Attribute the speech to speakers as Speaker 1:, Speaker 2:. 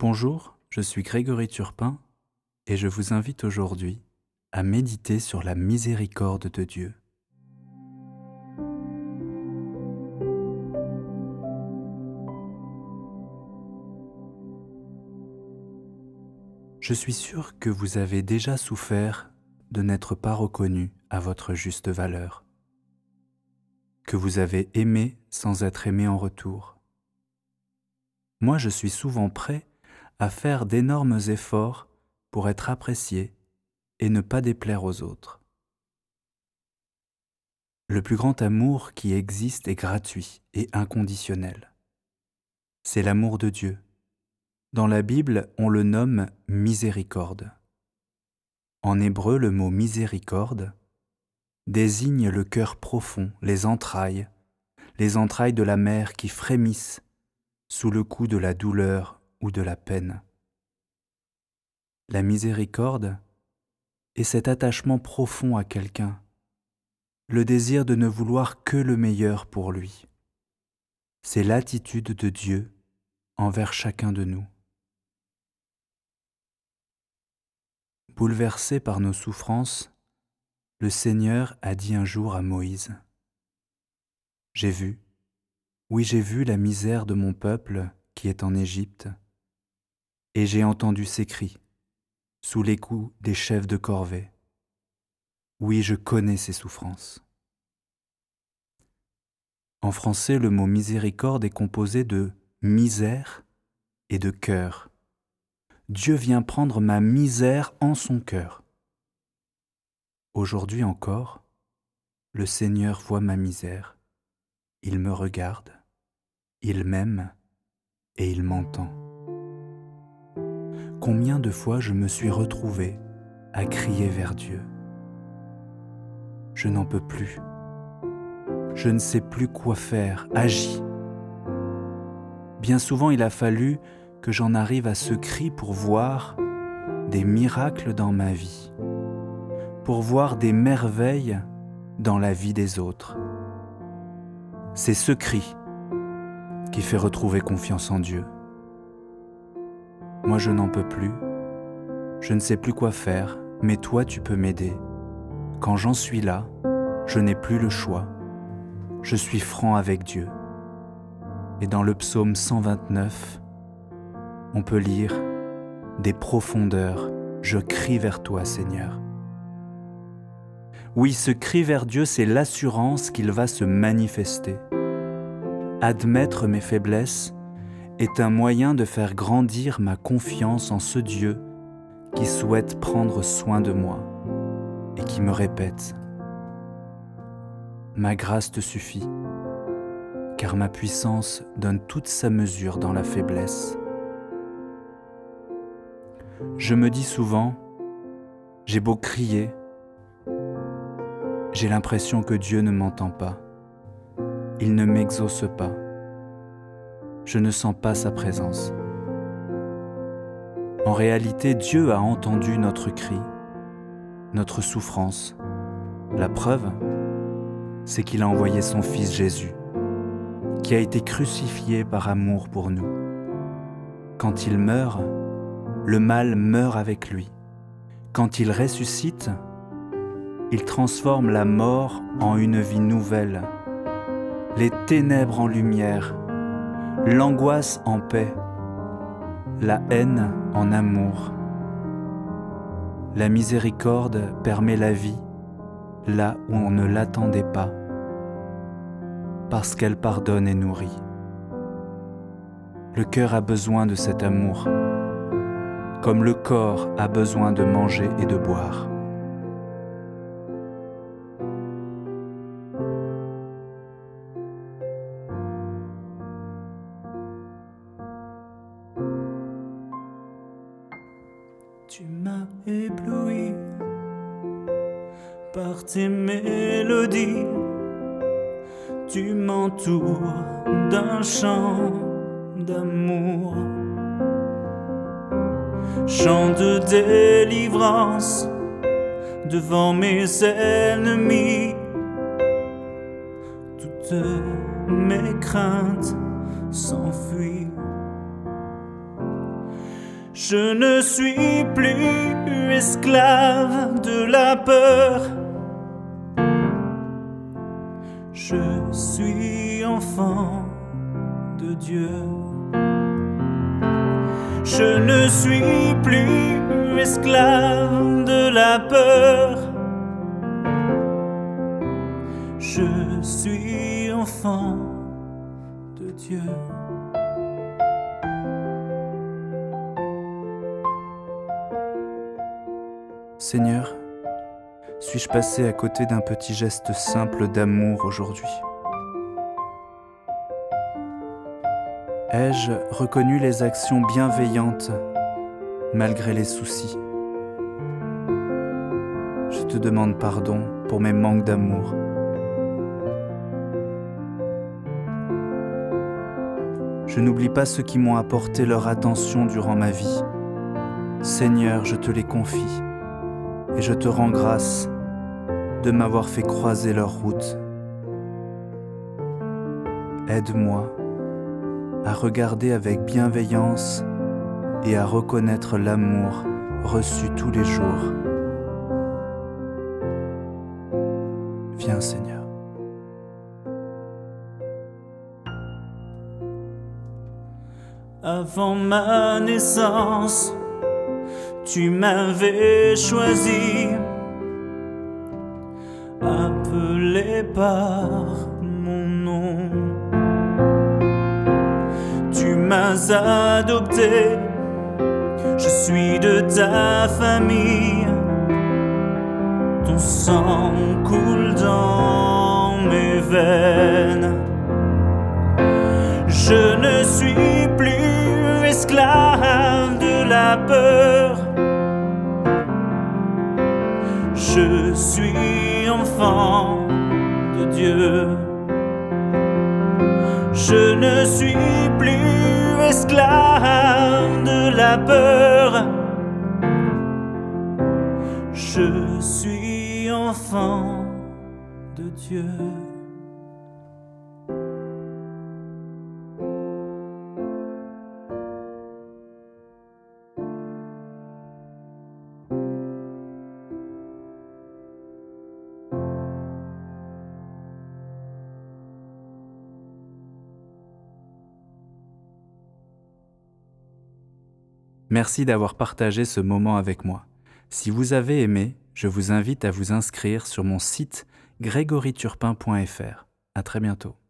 Speaker 1: Bonjour, je suis Grégory Turpin et je vous invite aujourd'hui à méditer sur la miséricorde de Dieu. Je suis sûr que vous avez déjà souffert de n'être pas reconnu à votre juste valeur, que vous avez aimé sans être aimé en retour. Moi, je suis souvent prêt à faire d'énormes efforts pour être apprécié et ne pas déplaire aux autres. Le plus grand amour qui existe est gratuit et inconditionnel. C'est l'amour de Dieu. Dans la Bible, on le nomme miséricorde. En hébreu, le mot miséricorde désigne le cœur profond, les entrailles de la mère qui frémissent sous le coup de la douleur ou de la peine. La miséricorde est cet attachement profond à quelqu'un, le désir de ne vouloir que le meilleur pour lui. C'est l'attitude de Dieu envers chacun de nous. Bouleversé par nos souffrances, le Seigneur a dit un jour à Moïse : « J'ai vu la misère de mon peuple qui est en Égypte, et j'ai entendu ses cris sous les coups des chefs de corvée. Oui, je connais ses souffrances. » En français, le mot miséricorde est composé de misère et de cœur. Dieu vient prendre ma misère en son cœur. Aujourd'hui encore, le Seigneur voit ma misère. Il me regarde, il m'aime et il m'entend. Combien de fois je me suis retrouvé à crier vers Dieu. Je n'en peux plus. Je ne sais plus quoi faire. Agis. Bien souvent, il a fallu que j'en arrive à ce cri pour voir des miracles dans ma vie, pour voir des merveilles dans la vie des autres. C'est ce cri qui fait retrouver confiance en Dieu. Moi, je n'en peux plus, je ne sais plus quoi faire, mais toi, tu peux m'aider. Quand j'en suis là, je n'ai plus le choix. Je suis franc avec Dieu. Et dans le psaume 129, on peut lire « Des profondeurs, je crie vers toi, Seigneur ». Oui, ce cri vers Dieu, c'est l'assurance qu'il va se manifester. Admettre mes faiblesses est un moyen de faire grandir ma confiance en ce Dieu qui souhaite prendre soin de moi et qui me répète « Ma grâce te suffit, car ma puissance donne toute sa mesure dans la faiblesse. » Je me dis souvent, j'ai beau crier, j'ai l'impression que Dieu ne m'entend pas. Il ne m'exauce pas. Je ne sens pas sa présence. En réalité, Dieu a entendu notre cri, notre souffrance. La preuve, c'est qu'il a envoyé son Fils Jésus, qui a été crucifié par amour pour nous. Quand il meurt, le mal meurt avec lui. Quand il ressuscite, il transforme la mort en une vie nouvelle, les ténèbres en lumière, l'angoisse en paix, la haine en amour. La miséricorde permet la vie là où on ne l'attendait pas, parce qu'elle pardonne et nourrit. Le cœur a besoin de cet amour, comme le corps a besoin de manger et de boire.
Speaker 2: Tu m'as ébloui par tes mélodies, tu m'entoures d'un chant d'amour, chant de délivrance devant mes ennemis. Toutes mes craintes s'enfuient. Je ne suis plus esclave de la peur. Je suis enfant de Dieu. Je ne suis plus esclave de la peur. Je suis enfant de Dieu.
Speaker 1: Seigneur, suis-je passé à côté d'un petit geste simple d'amour aujourd'hui? Ai-je reconnu les actions bienveillantes malgré les soucis? Je te demande pardon pour mes manques d'amour. Je n'oublie pas ceux qui m'ont apporté leur attention durant ma vie. Seigneur, je te les confie et je te rends grâce de m'avoir fait croiser leur route. Aide-moi à regarder avec bienveillance et à reconnaître l'amour reçu tous les jours. Viens, Seigneur.
Speaker 2: Avant ma naissance, tu m'avais choisi, appelé par mon nom. Tu m'as adopté, je suis de ta famille. Ton sang coule dans mes veines. Je ne suis plus esclave de la peur. Je suis enfant de Dieu. Je ne suis plus esclave de la peur. Je suis enfant de Dieu.
Speaker 1: Merci d'avoir partagé ce moment avec moi. Si vous avez aimé, je vous invite à vous inscrire sur mon site grégoryturpin.fr. À très bientôt.